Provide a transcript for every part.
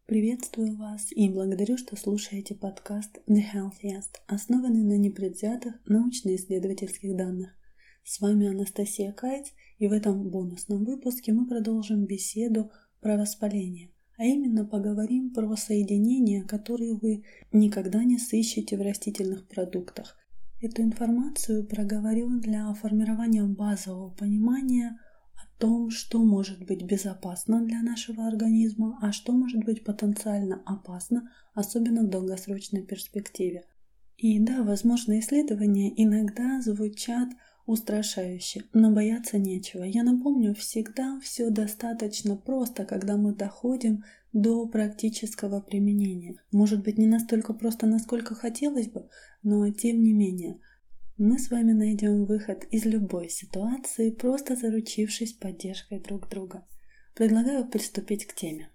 Приветствую вас и благодарю, что слушаете подкаст The Healthiest, основанный на непредвзятых научно-исследовательских данных. С вами Анастасия Кайц, и в этом бонусном выпуске мы продолжим беседу про воспаление, а именно поговорим про соединения, которые вы никогда не сыщете в растительных продуктах. Эту информацию проговорю для формирования базового понимания о том, что может быть безопасно для нашего организма, а что может быть потенциально опасно, особенно в долгосрочной перспективе. И да, возможно, исследования иногда звучат устрашающе, но бояться нечего. Я напомню, всегда все достаточно просто, когда мы доходим до практического применения. Может быть, не настолько просто, насколько хотелось бы, но тем не менее. Мы с вами найдем выход из любой ситуации, просто заручившись поддержкой друг друга. Предлагаю приступить к теме.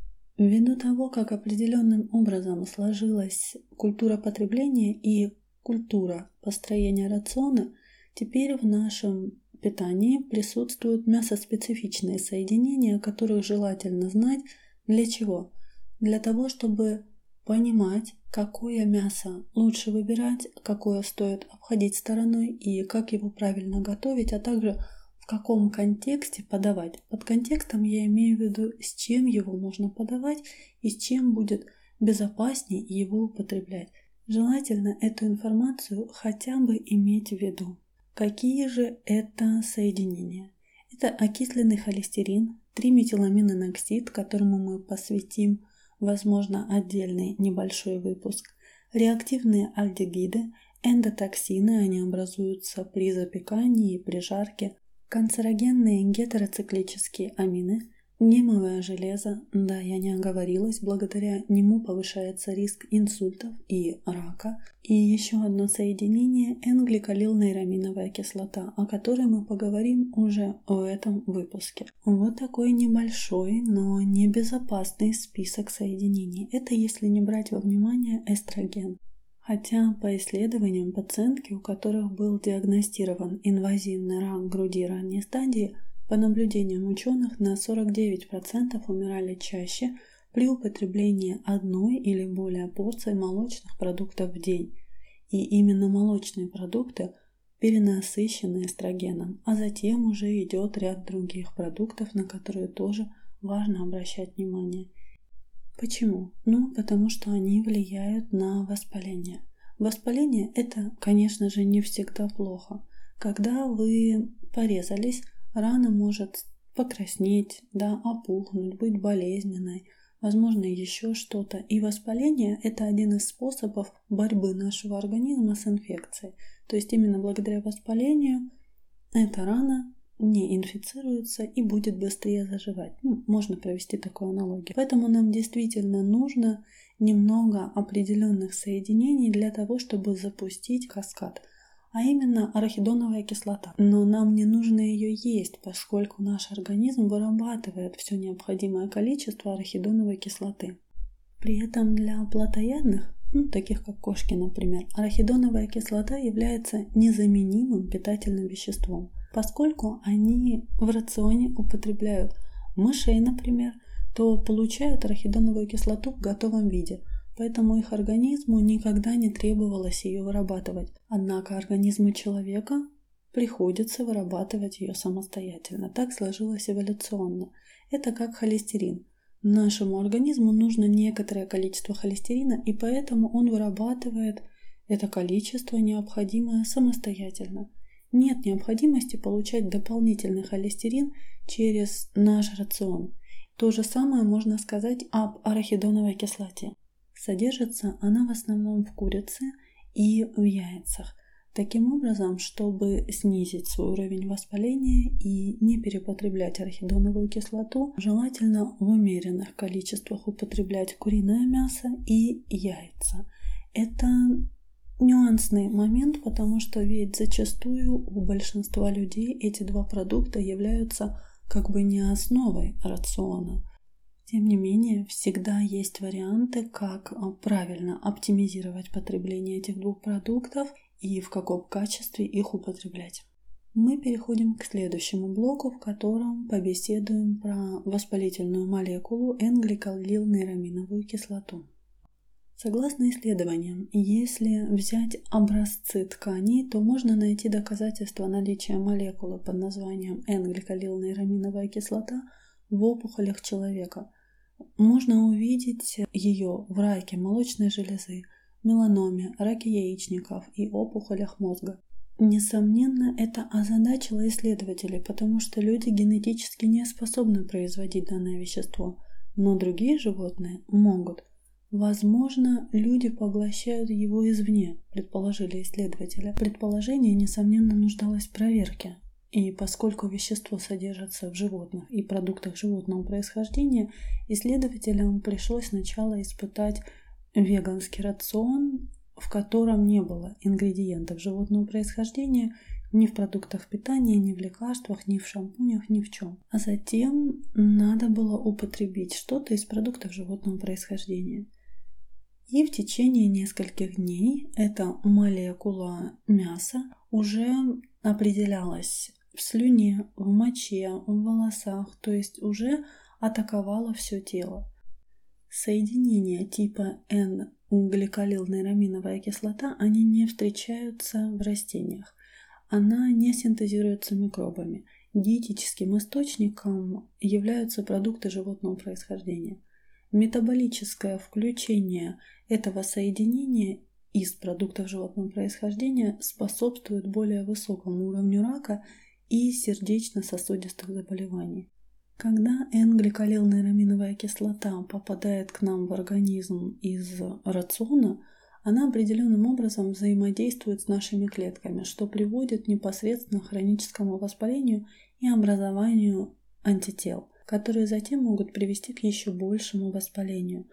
Ввиду того, как определенным образом сложилась культура потребления и культура построения рациона, теперь в нашем питании присутствуют мясоспецифичные соединения, о которых желательно знать. Для чего? Для того, чтобы понимать, какое мясо лучше выбирать, какое стоит обходить стороной и как его правильно готовить, а также в каком контексте подавать. Под контекстом я имею в виду, с чем его можно подавать и с чем будет безопаснее его употреблять. Желательно эту информацию хотя бы иметь в виду. Какие же это соединения? Это окисленный холестерин, 3-метиламиноноксид, которому мы посвятим, возможно, отдельный небольшой выпуск, реактивные альдегиды, эндотоксины, они образуются при запекании и при жарке, канцерогенные гетероциклические амины, гемовое железо, да, я не оговорилась, благодаря нему повышается риск инсультов и рака, и еще одно соединение – N-гликолилнейраминовая кислота, о которой мы поговорим уже в этом выпуске. Вот такой небольшой, но небезопасный список соединений. Это если не брать во внимание эстроген. Хотя по исследованиям пациентки, у которых был диагностирован инвазивный рак груди ранней стадии, по наблюдениям ученых, на 49% умирали чаще при употреблении одной или более порций молочных продуктов в день. И именно молочные продукты перенасыщены эстрогеном, а затем уже идет ряд других продуктов, на которые тоже важно обращать внимание. Почему? Потому что они влияют на воспаление. Воспаление – это, конечно же, не всегда плохо. Когда вы порезались, рана может покраснеть, опухнуть, быть болезненной, возможно, еще что-то. И воспаление – это один из способов борьбы нашего организма с инфекцией. То есть именно благодаря воспалению эта рана не инфицируется и будет быстрее заживать. Можно провести такую аналогию. Поэтому нам действительно нужно немного определенных соединений для того, чтобы запустить каскад. А именно арахидоновая кислота. Но нам не нужно ее есть, поскольку наш организм вырабатывает все необходимое количество арахидоновой кислоты. При этом для плотоядных, таких как кошки, например, арахидоновая кислота является незаменимым питательным веществом, поскольку они в рационе употребляют мышей, например, то получают арахидоновую кислоту в готовом виде. Поэтому их организму никогда не требовалось ее вырабатывать. Однако организму человека приходится вырабатывать ее самостоятельно. Так сложилось эволюционно. Это как холестерин. Нашему организму нужно некоторое количество холестерина, и поэтому он вырабатывает это количество необходимое самостоятельно. Нет необходимости получать дополнительный холестерин через наш рацион. То же самое можно сказать об арахидоновой кислоте. Содержится она в основном в курице и в яйцах. Таким образом, чтобы снизить свой уровень воспаления и не перепотреблять арахидоновую кислоту, желательно в умеренных количествах употреблять куриное мясо и яйца. Это нюансный момент, потому что ведь зачастую у большинства людей эти два продукта являются не основой рациона. Тем не менее, всегда есть варианты, как правильно оптимизировать потребление этих двух продуктов и в каком качестве их употреблять. Мы переходим к следующему блоку, в котором побеседуем про воспалительную молекулу N-гликолилнейраминовую кислоту. Согласно исследованиям, если взять образцы тканей, то можно найти доказательства наличия молекулы под названием N-гликолилнейраминовая кислота в опухолях человека. Можно увидеть ее в раке молочной железы, меланоме, раке яичников и опухолях мозга. Несомненно, это озадачило исследователей, потому что люди генетически не способны производить данное вещество, но другие животные могут. Возможно, люди поглощают его извне, предположили исследователи. Предположение, несомненно, нуждалось в проверке. И поскольку вещество содержится в животных и продуктах животного происхождения, исследователям пришлось сначала испытать веганский рацион, в котором не было ингредиентов животного происхождения ни в продуктах питания, ни в лекарствах, ни в шампунях, ни в чем. А затем надо было употребить что-то из продуктов животного происхождения. И в течение нескольких дней эта молекула мяса уже определялась в слюне, в моче, в волосах, то есть уже атаковала все тело. Соединения типа N-гликолилнейраминовая кислота, они не встречаются в растениях. Она не синтезируется микробами. Диетическим источником являются продукты животного происхождения. Метаболическое включение этого соединения из продуктов животного происхождения способствует более высокому уровню рака и сердечно-сосудистых заболеваний. Когда N-гликолилнейраминовая кислота попадает к нам в организм из рациона, она определенным образом взаимодействует с нашими клетками, что приводит непосредственно к хроническому воспалению и образованию антител, которые затем могут привести к еще большему воспалению,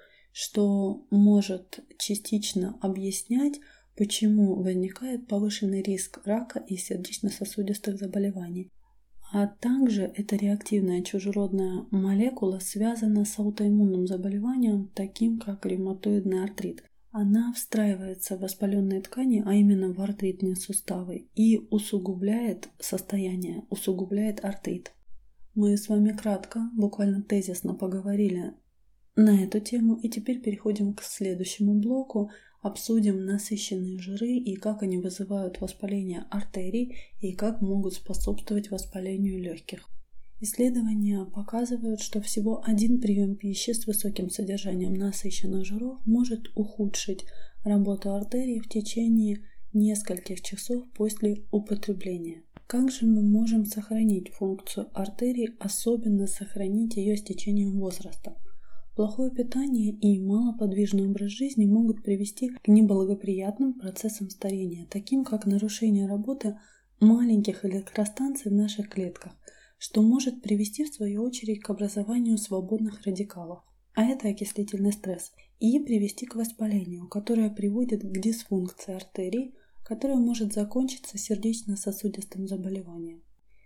что может частично объяснять, почему возникает повышенный риск рака и сердечно-сосудистых заболеваний. А также эта реактивная чужеродная молекула связана с аутоиммунным заболеванием, таким как ревматоидный артрит. Она встраивается в воспаленные ткани, а именно в артритные суставы, и усугубляет состояние, усугубляет артрит. Мы с вами кратко, буквально тезисно поговорили на эту тему, и теперь переходим к следующему блоку. Обсудим насыщенные жиры и как они вызывают воспаление артерий и как могут способствовать воспалению легких. Исследования показывают, что всего один прием пищи с высоким содержанием насыщенных жиров может ухудшить работу артерий в течение нескольких часов после употребления. Как же мы можем сохранить функцию артерий, особенно сохранить ее с течением возраста? Плохое питание и малоподвижный образ жизни могут привести к неблагоприятным процессам старения, таким как нарушение работы маленьких электростанций в наших клетках, что может привести в свою очередь к образованию свободных радикалов, а это окислительный стресс, и привести к воспалению, которое приводит к дисфункции артерий, которая может закончиться сердечно-сосудистым заболеванием.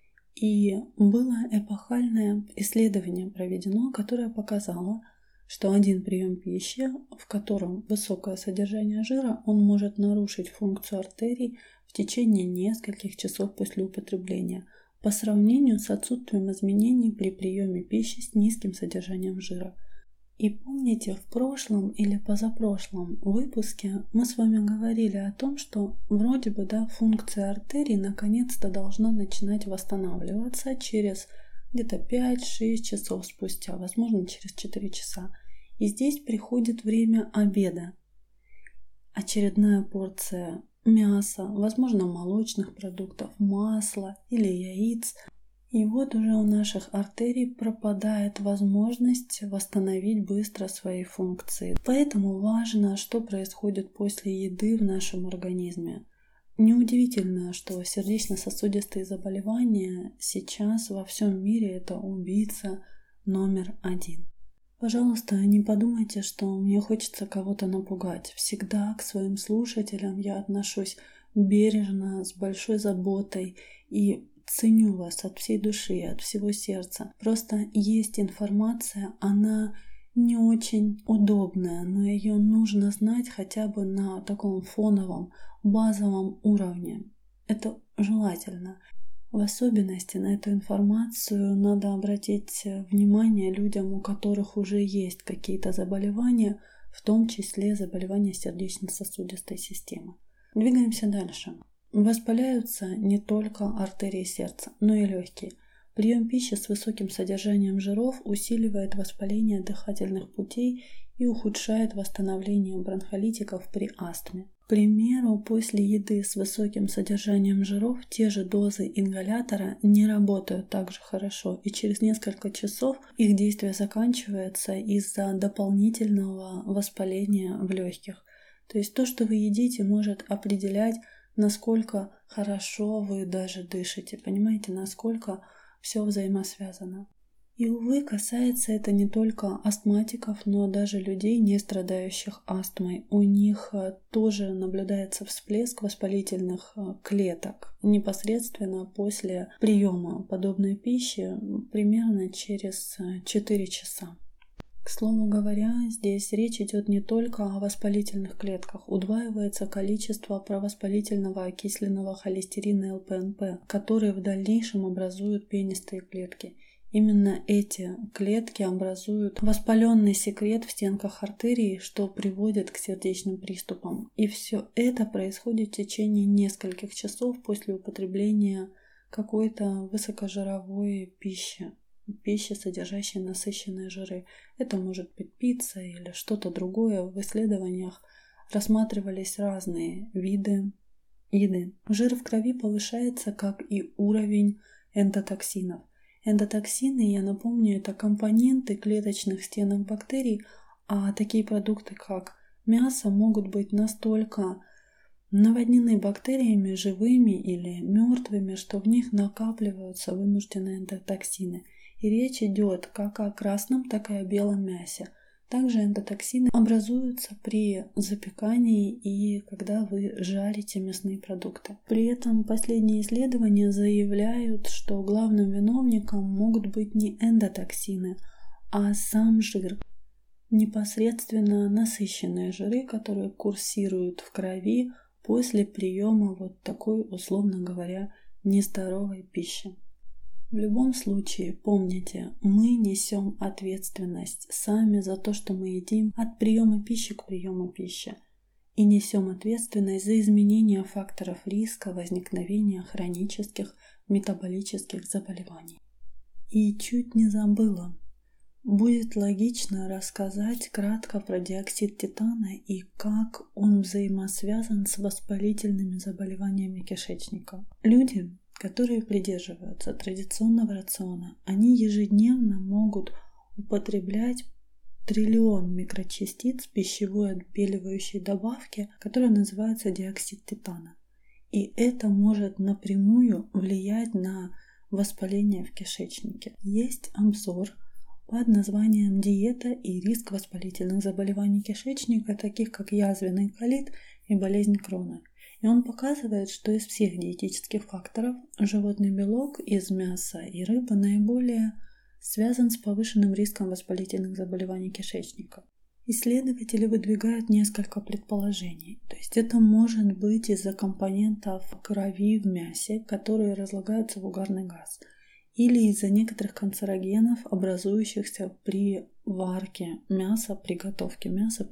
И было эпохальное исследование проведено, которое показало, что один прием пищи, в котором высокое содержание жира, он может нарушить функцию артерий в течение нескольких часов после употребления, по сравнению с отсутствием изменений при приеме пищи с низким содержанием жира. И помните, в прошлом или позапрошлом выпуске мы с вами говорили о том, что вроде бы функция артерий наконец-то должна начинать восстанавливаться через где-то 5-6 часов спустя, возможно, через 4 часа. И здесь приходит время обеда. Очередная порция мяса, возможно, молочных продуктов, масла или яиц. И вот уже у наших артерий пропадает возможность восстановить быстро свои функции. Поэтому важно, что происходит после еды в нашем организме. Неудивительно, что сердечно-сосудистые заболевания сейчас во всем мире это убийца номер 1. Пожалуйста, не подумайте, что мне хочется кого-то напугать. Всегда к своим слушателям я отношусь бережно, с большой заботой и ценю вас от всей души, от всего сердца. Просто есть информация, она не очень удобная, но ее нужно знать хотя бы на таком фоновом, базовом уровне. Это желательно. В особенности на эту информацию надо обратить внимание людям, у которых уже есть какие-то заболевания, в том числе заболевания сердечно-сосудистой системы. Двигаемся дальше. Воспаляются не только артерии сердца, но и легкие. Прием пищи с высоким содержанием жиров усиливает воспаление дыхательных путей и ухудшает восстановление бронхолитиков при астме. К примеру, после еды с высоким содержанием жиров те же дозы ингалятора не работают так же хорошо, и через несколько часов их действие заканчивается из-за дополнительного воспаления в легких. То есть то, что вы едите, может определять, насколько хорошо вы даже дышите. Понимаете, насколько все взаимосвязано. И, увы, касается это не только астматиков, но даже людей, не страдающих астмой. У них тоже наблюдается всплеск воспалительных клеток непосредственно после приема подобной пищи, примерно через 4 часа. К слову говоря, здесь речь идет не только о воспалительных клетках. Удваивается количество провоспалительного окисленного холестерина ЛПНП, которые в дальнейшем образуют пенистые клетки. Именно эти клетки образуют воспаленный секрет в стенках артерий, что приводит к сердечным приступам. И все это происходит в течение нескольких часов после употребления какой-то высокожировой пищи, содержащей насыщенные жиры. Это может быть пицца или что-то другое. В исследованиях рассматривались разные виды еды. Жир в крови повышается, как и уровень эндотоксинов. Эндотоксины, я напомню, это компоненты клеточных стенок бактерий, а такие продукты, как мясо, могут быть настолько наводнены бактериями живыми или мертвыми, что в них накапливаются вынужденные эндотоксины. И речь идет как о красном, так и о белом мясе. Также эндотоксины образуются при запекании и когда вы жарите мясные продукты. При этом последние исследования заявляют, что главным виновником могут быть не эндотоксины, а сам жир. Непосредственно насыщенные жиры, которые курсируют в крови после приема вот такой, условно говоря, нездоровой пищи. В любом случае, помните, мы несем ответственность сами за то, что мы едим от приема пищи к приему пищи. И несем ответственность за изменение факторов риска возникновения хронических метаболических заболеваний. И чуть не забыла. Будет логично рассказать кратко про диоксид титана и как он взаимосвязан с воспалительными заболеваниями кишечника. Люди, которые придерживаются традиционного рациона, они ежедневно могут употреблять 1 триллион микрочастиц пищевой отбеливающей добавки, которая называется диоксид титана. И это может напрямую влиять на воспаление в кишечнике. Есть обзор под названием «Диета и риск воспалительных заболеваний кишечника, таких как язвенный колит и болезнь Крона». И он показывает, что из всех диетических факторов животный белок из мяса и рыбы наиболее связан с повышенным риском воспалительных заболеваний кишечника. Исследователи выдвигают несколько предположений. То есть это может быть из-за компонентов крови в мясе, которые разлагаются в угарный газ, или из-за некоторых канцерогенов, образующихся при варке мяса, приготовке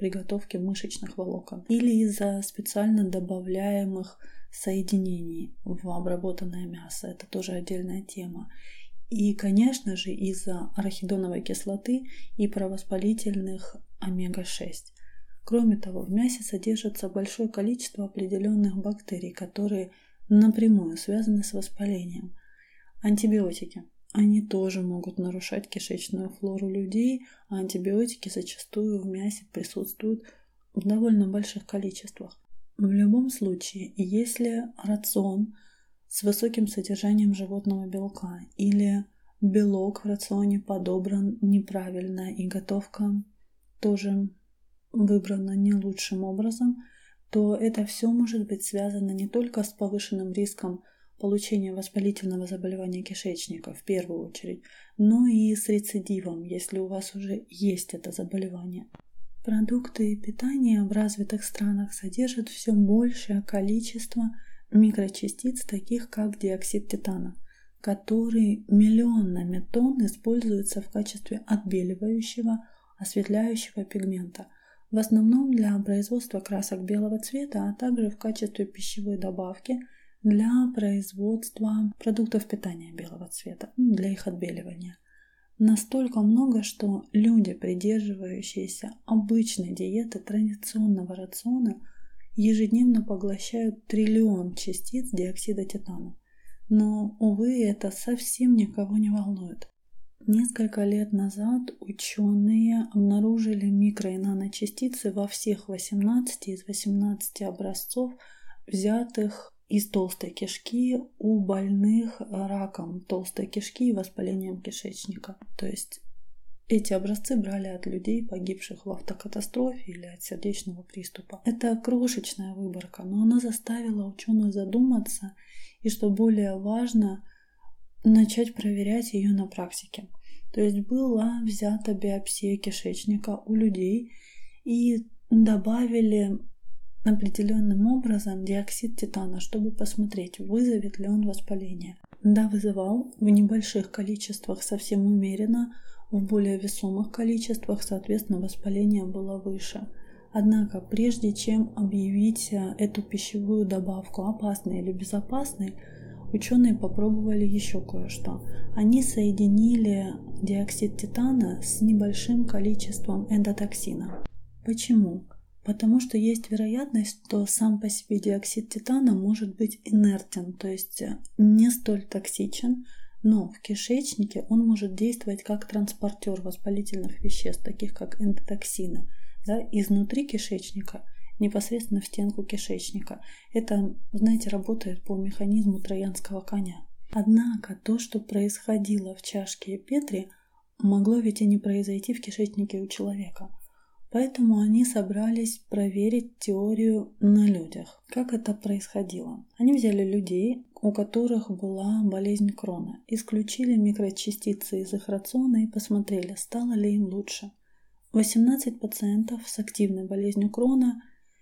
мышечных волокон, или из-за специально добавляемых соединений в обработанное мясо. Это тоже отдельная тема. И, конечно же, из-за арахидоновой кислоты и провоспалительных омега-6. Кроме того, в мясе содержится большое количество определенных бактерий, которые напрямую связаны с воспалением. Антибиотики. Они тоже могут нарушать кишечную флору людей, а антибиотики зачастую в мясе присутствуют в довольно больших количествах. В любом случае, если рацион с высоким содержанием животного белка или белок в рационе подобран неправильно и готовка тоже выбрана не лучшим образом, то это все может быть связано не только с повышенным риском получения воспалительного заболевания кишечника в первую очередь, но и с рецидивом, если у вас уже есть это заболевание. Продукты питания в развитых странах содержат все большее количество микрочастиц, таких как диоксид титана. который миллионами тонн используется в качестве отбеливающего, осветляющего пигмента, в основном для производства красок белого цвета, а также в качестве пищевой добавки для производства продуктов питания белого цвета, для их отбеливания. Настолько много, что люди, придерживающиеся обычной диеты традиционного рациона, ежедневно поглощают 1 триллион частиц диоксида титана. Но, увы, это совсем никого не волнует. Несколько лет назад ученые обнаружили микро- и наночастицы во всех 18 из 18 образцов, взятых из толстой кишки у больных раком толстой кишки и воспалением кишечника. То есть эти образцы брали от людей, погибших в автокатастрофе или от сердечного приступа. Это крошечная выборка, но она заставила ученых задуматься и, что более важно, начать проверять ее на практике. То есть была взята биопсия кишечника у людей и добавили определенным образом диоксид титана, чтобы посмотреть, вызовет ли он воспаление. Да, вызывал в небольших количествах, совсем умеренно, в более весомых количествах, соответственно, воспаление было выше. Однако, прежде чем объявить эту пищевую добавку опасной или безопасной, ученые попробовали еще кое-что. Они соединили диоксид титана с небольшим количеством эндотоксина. Почему? Потому что есть вероятность, что сам по себе диоксид титана может быть инертен, то есть не столь токсичен, но в кишечнике он может действовать как транспортер воспалительных веществ, таких как эндотоксины, изнутри кишечника, непосредственно в стенку кишечника. Это, знаете, работает по механизму троянского коня. Однако то, что происходило в чашке Петри, могло ведь и не произойти в кишечнике у человека. Поэтому они собрались проверить теорию на людях. Как это происходило? Они взяли людей, у которых была болезнь Крона, исключили микрочастицы из их рациона и посмотрели, стало ли им лучше. 18 пациентов с активной болезнью Крона,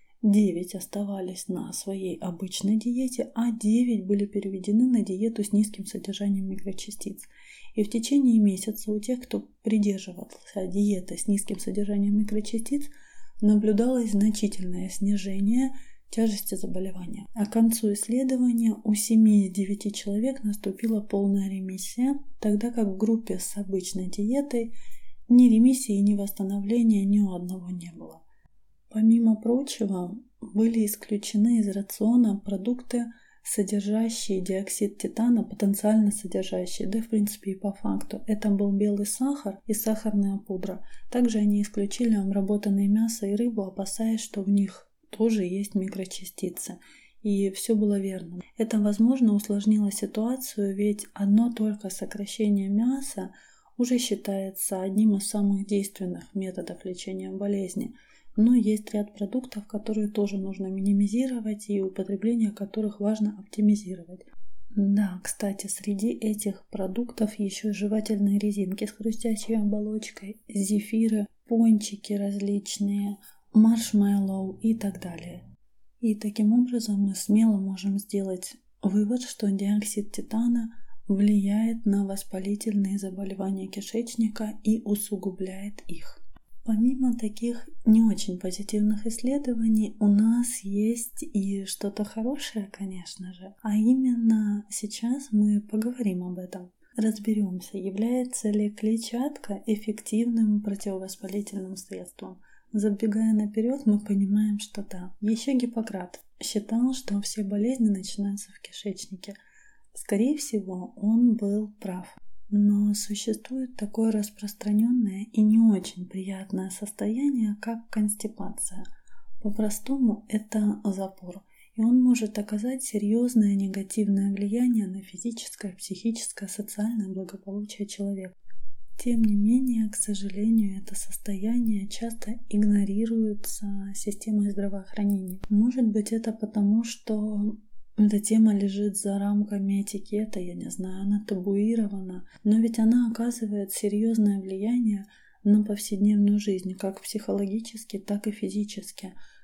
9 оставались на своей обычной диете, а 9 были переведены на диету с низким содержанием микрочастиц. И в течение месяца у тех, кто придерживался диеты с низким содержанием микрочастиц, наблюдалось значительное снижение тяжести заболевания. А к концу исследования у 7 из 9 человек наступила полная ремиссия, тогда как в группе с обычной диетой ни ремиссии, ни восстановления ни у одного не было. Помимо прочего, были исключены из рациона продукты, содержащие диоксид титана, потенциально содержащие, да в принципе и по факту. Это был белый сахар и сахарная пудра. Также они исключили обработанное мясо и рыбу, опасаясь, что в них тоже есть микрочастицы. И все было верно. Это, возможно, усложнило ситуацию, ведь одно только сокращение мяса уже считается одним из самых действенных методов лечения болезни. Но есть ряд продуктов, которые тоже нужно минимизировать и употребление которых важно оптимизировать. Да, кстати, среди этих продуктов еще и жевательные резинки с хрустящей оболочкой, зефиры, пончики различные, маршмеллоу и так далее. И таким образом мы смело можем сделать вывод, что диоксид титана влияет на воспалительные заболевания кишечника и усугубляет их. Помимо таких не очень позитивных исследований, у нас есть и что-то хорошее, конечно же. А именно сейчас мы поговорим об этом. Разберемся, является ли клетчатка эффективным противовоспалительным средством. Забегая наперед, мы понимаем, что да. Еще Гиппократ считал, что все болезни начинаются в кишечнике. Скорее всего, он был прав. Но существует такое распространенное и не очень приятное состояние, как констипация. По-простому это запор, и он может оказать серьезное негативное влияние на физическое, психическое, социальное благополучие человека. Тем не менее, к сожалению, это состояние часто игнорируется системой здравоохранения. Может быть, это потому, что эта тема лежит за рамками этикета, я не знаю, она табуирована, но ведь она оказывает серьезное влияние на повседневную жизнь, как психологически, так и физически.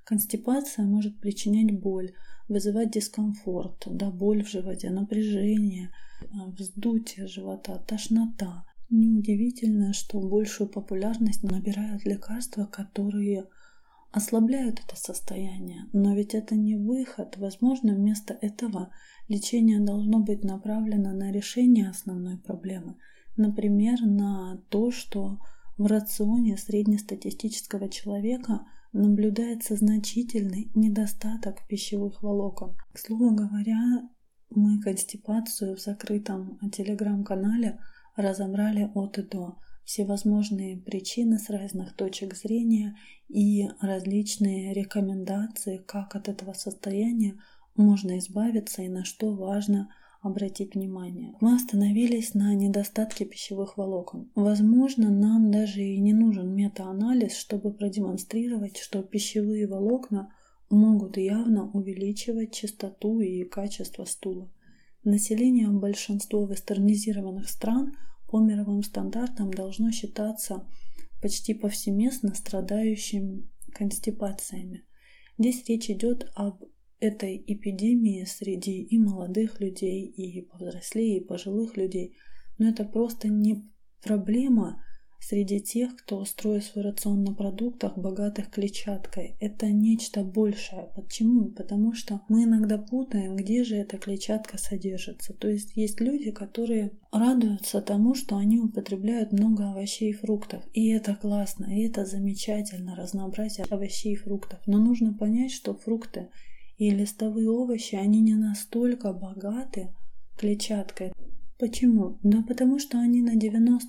Констипация может причинять боль, вызывать дискомфорт, боль в животе, напряжение, вздутие живота, тошнота. Неудивительно, что большую популярность набирают лекарства, которые ослабляют это состояние. Но ведь это не выход. Возможно, вместо этого лечение должно быть направлено на решение основной проблемы. Например, на то, что в рационе среднестатистического человека наблюдается значительный недостаток пищевых волокон. К слову говоря, мы констипацию в закрытом телеграм-канале разобрали от и до. Всевозможные причины с разных точек зрения и различные рекомендации, как от этого состояния можно избавиться и на что важно обратить внимание. Мы остановились на недостатке пищевых волокон. Возможно, нам даже и не нужен метаанализ, чтобы продемонстрировать, что пищевые волокна могут явно увеличивать частоту и качество стула. Население большинства вестернизированных стран по мировым стандартам должно считаться почти повсеместно страдающим констипациями. Здесь речь идет об этой эпидемии среди и молодых людей, и повзрослее, и пожилых людей. Но это просто не проблема среди тех, кто строит свой рацион на продуктах, богатых клетчаткой. Это нечто большее. Почему? Потому что мы иногда путаем, где же эта клетчатка содержится. То есть есть люди, которые радуются тому, что они употребляют много овощей и фруктов. И это классно, и это замечательно, разнообразие овощей и фруктов. Но нужно понять, что фрукты и листовые овощи, они не настолько богаты клетчаткой. Почему? Да потому что они на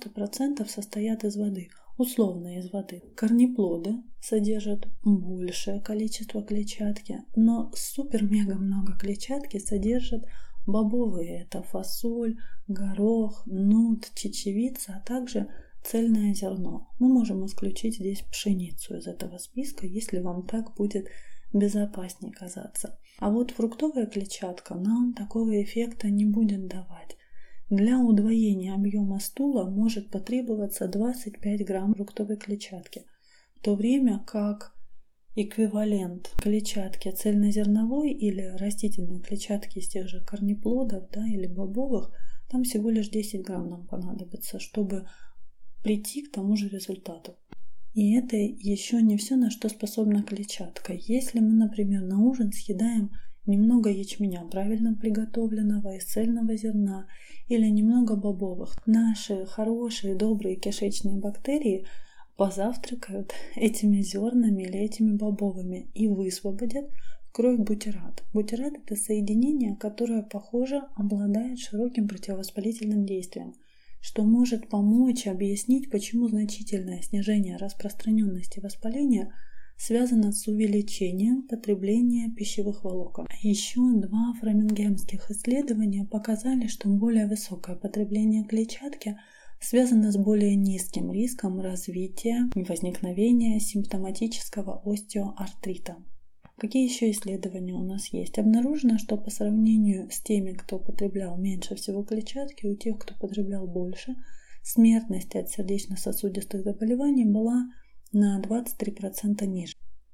90% состоят из воды, условно из воды. Корнеплоды содержат большее количество клетчатки, но супер-мега много клетчатки содержат бобовые. Это фасоль, горох, нут, чечевица, а также цельное зерно. Мы можем исключить здесь пшеницу из этого списка, если вам так будет безопаснее казаться. А вот фруктовая клетчатка нам такого эффекта не будет давать. Для удвоения объема стула может потребоваться 25 грамм фруктовой клетчатки, в то время как эквивалент клетчатки цельнозерновой или растительной клетчатки из тех же корнеплодов или бобовых, там всего лишь 10 грамм нам понадобится, чтобы прийти к тому же результату. И это еще не все, на что способна клетчатка. Если мы, например, на ужин съедаем немного ячменя, правильно приготовленного из цельного зерна, или немного бобовых, наши хорошие, добрые кишечные бактерии позавтракают этими зернами или этими бобовыми и высвободят в кровь бутират. Бутират – это соединение, которое, похоже, обладает широким противовоспалительным действием, что может помочь объяснить, почему значительное снижение распространенности воспаления связано с увеличением потребления пищевых волокон. Еще 2 фрамингемских исследования показали, что более высокое потребление клетчатки связано с более низким риском развития и возникновения симптоматического остеоартрита. Какие еще исследования у нас есть? Обнаружено, что по сравнению с теми, кто потреблял меньше всего клетчатки, у тех, кто потреблял больше, смертность от сердечно-сосудистых заболеваний была на 23% ниже.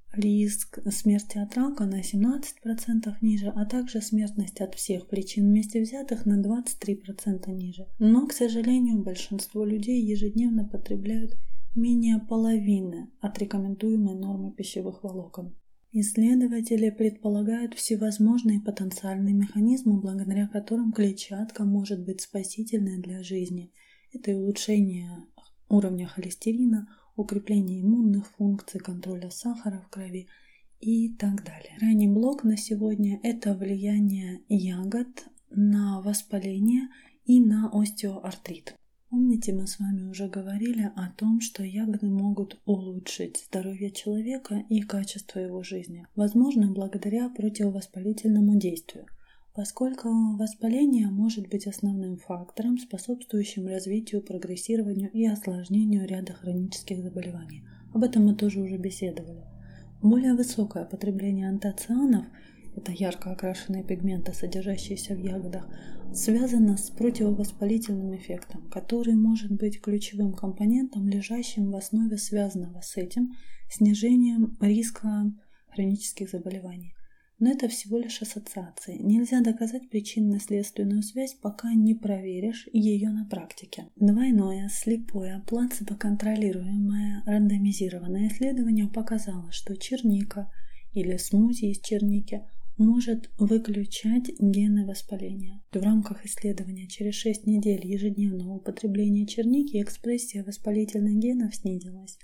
Риск смерти от рака на 17% ниже, а также смертность от всех причин вместе взятых на 23% ниже. Но, к сожалению, большинство людей ежедневно потребляют менее половины от рекомендуемой нормы пищевых волокон. Исследователи предполагают всевозможные потенциальные механизмы, благодаря которым клетчатка может быть спасительной для жизни. Это и улучшение уровня холестерина, укрепление иммунных функций, контроля сахара в крови и так далее. Крайний блок на сегодня – это влияние ягод на воспаление и на остеоартрит. Помните, мы с вами уже говорили о том, что ягоды могут улучшить здоровье человека и качество его жизни, возможно, благодаря противовоспалительному действию, поскольку воспаление может быть основным фактором, способствующим развитию, прогрессированию и осложнению ряда хронических заболеваний. Об этом мы тоже уже беседовали. Более высокое потребление антоцианов, это ярко окрашенные пигменты, содержащиеся в ягодах, связано с противовоспалительным эффектом, который может быть ключевым компонентом, лежащим в основе связанного с этим снижением риска хронических заболеваний. Но это всего лишь ассоциации. Нельзя доказать причинно-следственную связь, пока не проверишь ее на практике. Двойное, слепое, плацебо-контролируемое, рандомизированное исследование показало, что черника или смузи из черники может выключать гены воспаления. В рамках исследования через 6 недель ежедневного употребления черники экспрессия воспалительных генов снизилась.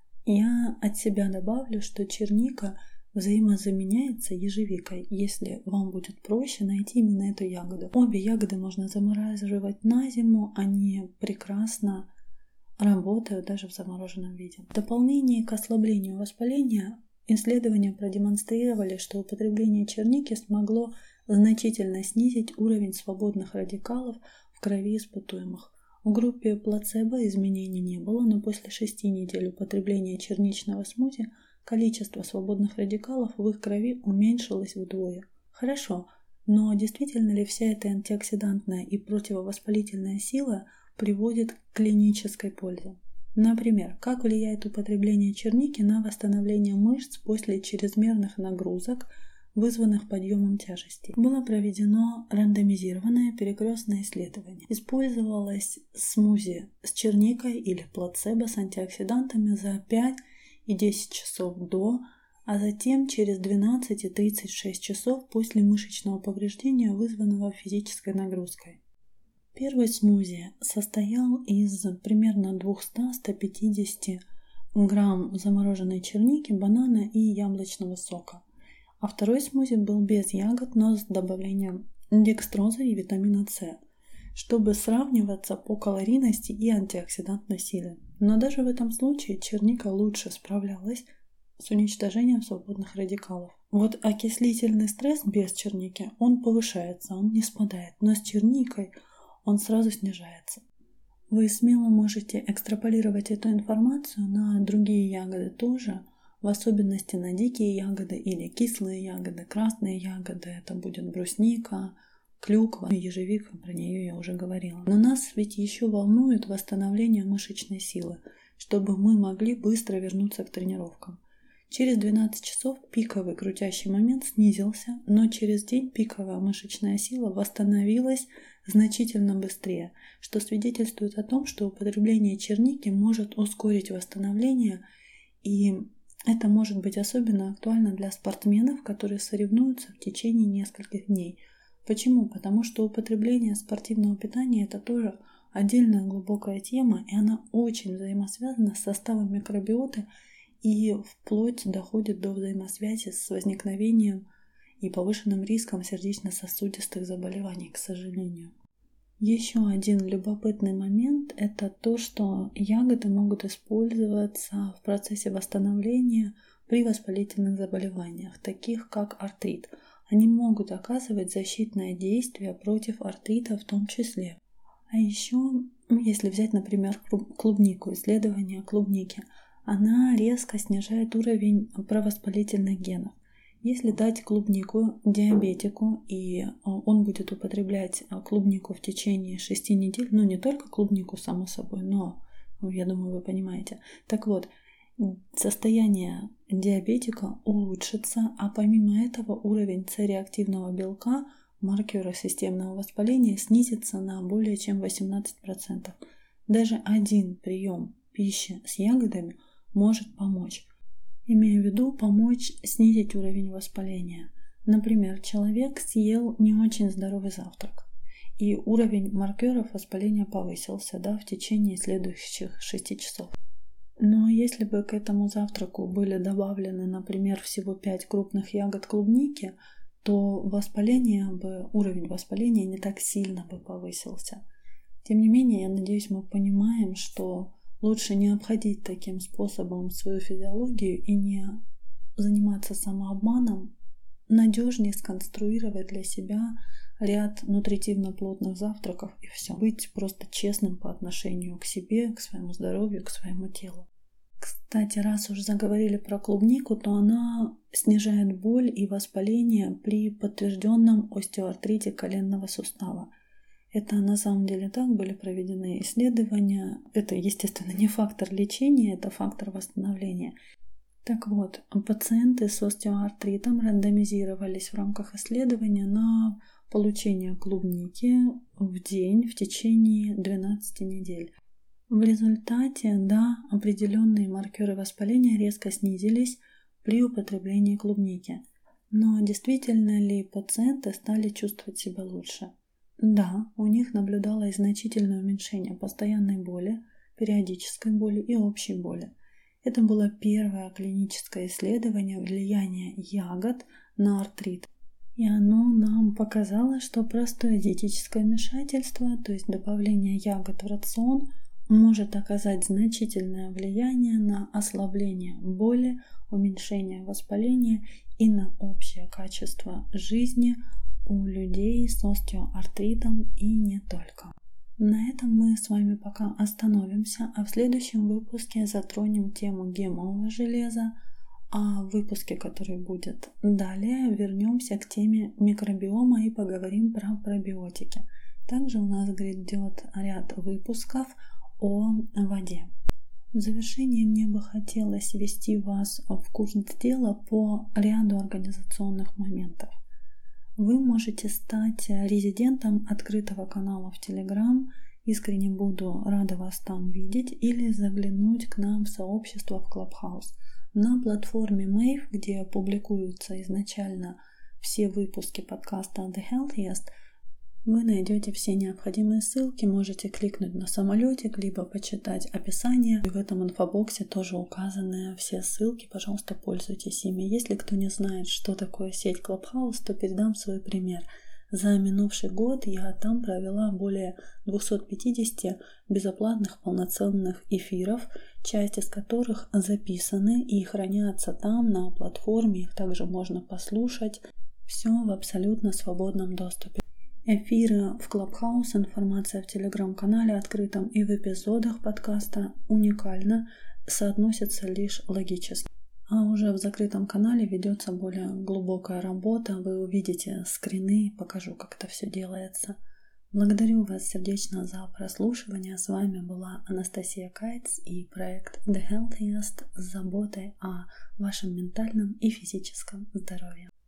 Я от себя добавлю, что черника взаимозаменяется ежевикой, если вам будет проще найти именно эту ягоду. Обе ягоды можно замораживать на зиму, они прекрасно работают даже в замороженном виде. В дополнение к ослаблению воспаления, исследования продемонстрировали, что употребление черники смогло значительно снизить уровень свободных радикалов в крови испытуемых. В группе плацебо изменений не было, но после 6 недель употребления черничного смузи количество свободных радикалов в их крови уменьшилось вдвое. Хорошо, но действительно ли вся эта антиоксидантная и противовоспалительная сила приводит к клинической пользе? Например, как влияет употребление черники на восстановление мышц после чрезмерных нагрузок, вызванных подъемом тяжестей? Было проведено рандомизированное перекрестное исследование. Использовалось смузи с черникой или плацебо с антиоксидантами за 5 и 10 часов до, а затем через 12 и 36 часов после мышечного повреждения, вызванного физической нагрузкой. Первый смузи состоял из примерно 200-150 грамм замороженной черники, банана и яблочного сока. А второй смузи был без ягод, но с добавлением декстроза и витамина С, чтобы сравниваться по калорийности и антиоксидантной силе. Но даже в этом случае черника лучше справлялась с уничтожением свободных радикалов. Вот окислительный стресс без черники, он повышается, он не спадает, но с черникой он сразу снижается. Вы смело можете экстраполировать эту информацию на другие ягоды тоже, в особенности на дикие ягоды или кислые ягоды, красные ягоды, это будет брусника, клюква, ежевика, про нее я уже говорила. Но нас ведь еще волнует восстановление мышечной силы, чтобы мы могли быстро вернуться к тренировкам. Через 12 часов пиковый крутящий момент снизился, но через день пиковая мышечная сила восстановилась значительно быстрее, что свидетельствует о том, что употребление черники может ускорить восстановление, и это может быть особенно актуально для спортсменов, которые соревнуются в течение нескольких дней. Почему? Потому что употребление спортивного питания – это тоже отдельная глубокая тема, и она очень взаимосвязана с составом микробиоты и вплоть доходит до взаимосвязи с возникновением и повышенным риском сердечно-сосудистых заболеваний, к сожалению. Еще один любопытный момент – это то, что ягоды могут использоваться в процессе восстановления при воспалительных заболеваниях, таких как артрит. Они могут оказывать защитное действие против артрита в том числе. А еще, если взять, например, клубнику, исследование клубники, она резко снижает уровень провоспалительных генов. Если дать клубнику диабетику, и он будет употреблять клубнику в течение 6 недель, ну не только клубнику, само собой, но, я думаю, вы понимаете. Так вот, состояние диабетика улучшится, а помимо этого уровень С-реактивного белка, маркера системного воспаления, снизится на более чем 18%. Даже один прием пищи с ягодами может помочь. Имею в виду помочь снизить уровень воспаления. Например, человек съел не очень здоровый завтрак, и уровень маркеров воспаления повысился в течение следующих 6 часов. Но если бы к этому завтраку были добавлены, например, всего 5 крупных ягод клубники, то уровень воспаления не так сильно бы повысился. Тем не менее, я надеюсь, мы понимаем, что лучше не обходить таким способом свою физиологию и не заниматься самообманом, надежнее сконструировать для себя ряд нутритивно-плотных завтраков и все. Быть просто честным по отношению к себе, к своему здоровью, к своему телу. Кстати, раз уж заговорили про клубнику, то она снижает боль и воспаление при подтвержденном остеоартрите коленного сустава. Это на самом деле так, были проведены исследования. Это, естественно, не фактор лечения, это фактор восстановления. Так вот, пациенты с остеоартритом рандомизировались в рамках исследования на получение клубники в день в течение 12 недель. В результате, определенные маркеры воспаления резко снизились при употреблении клубники. Но действительно ли пациенты стали чувствовать себя лучше? Да, у них наблюдалось значительное уменьшение постоянной боли, периодической боли и общей боли. Это было первое клиническое исследование влияния ягод на артрит. И оно нам показало, что простое диетическое вмешательство, то есть добавление ягод в рацион, может оказать значительное влияние на ослабление боли, уменьшение воспаления и на общее качество жизни у людей с остеоартритом и не только. На этом мы с вами пока остановимся, а в следующем выпуске затронем тему гемового железа, а в выпуске, который будет далее, вернемся к теме микробиома и поговорим про пробиотики. Также у нас грядет ряд выпусков о воде. В завершение мне бы хотелось ввести вас в курс дела по ряду организационных моментов. Вы можете стать резидентом открытого канала в Telegram. Искренне буду рада вас там видеть, или заглянуть к нам в сообщество в Clubhouse. На платформе Mave, где публикуются изначально все выпуски подкаста The Healthiest, вы найдете все необходимые ссылки, можете кликнуть на самолетик, либо почитать описание. И в этом инфобоксе тоже указаны все ссылки, пожалуйста, пользуйтесь ими. Если кто не знает, что такое сеть Clubhouse, то передам свой пример. За минувший год я там провела более 250 безоплатных полноценных эфиров, часть из которых записаны и хранятся там на платформе, их также можно послушать. Все в абсолютно свободном доступе. Эфиры в Clubhouse, информация в Telegram-канале открытом и в эпизодах подкаста уникально соотносятся лишь логически. А уже в закрытом канале ведется более глубокая работа, вы увидите скрины, покажу, как это все делается. Благодарю вас сердечно за прослушивание. С вами была Анастасия Кайц и проект The Healthiest с заботой о вашем ментальном и физическом здоровье.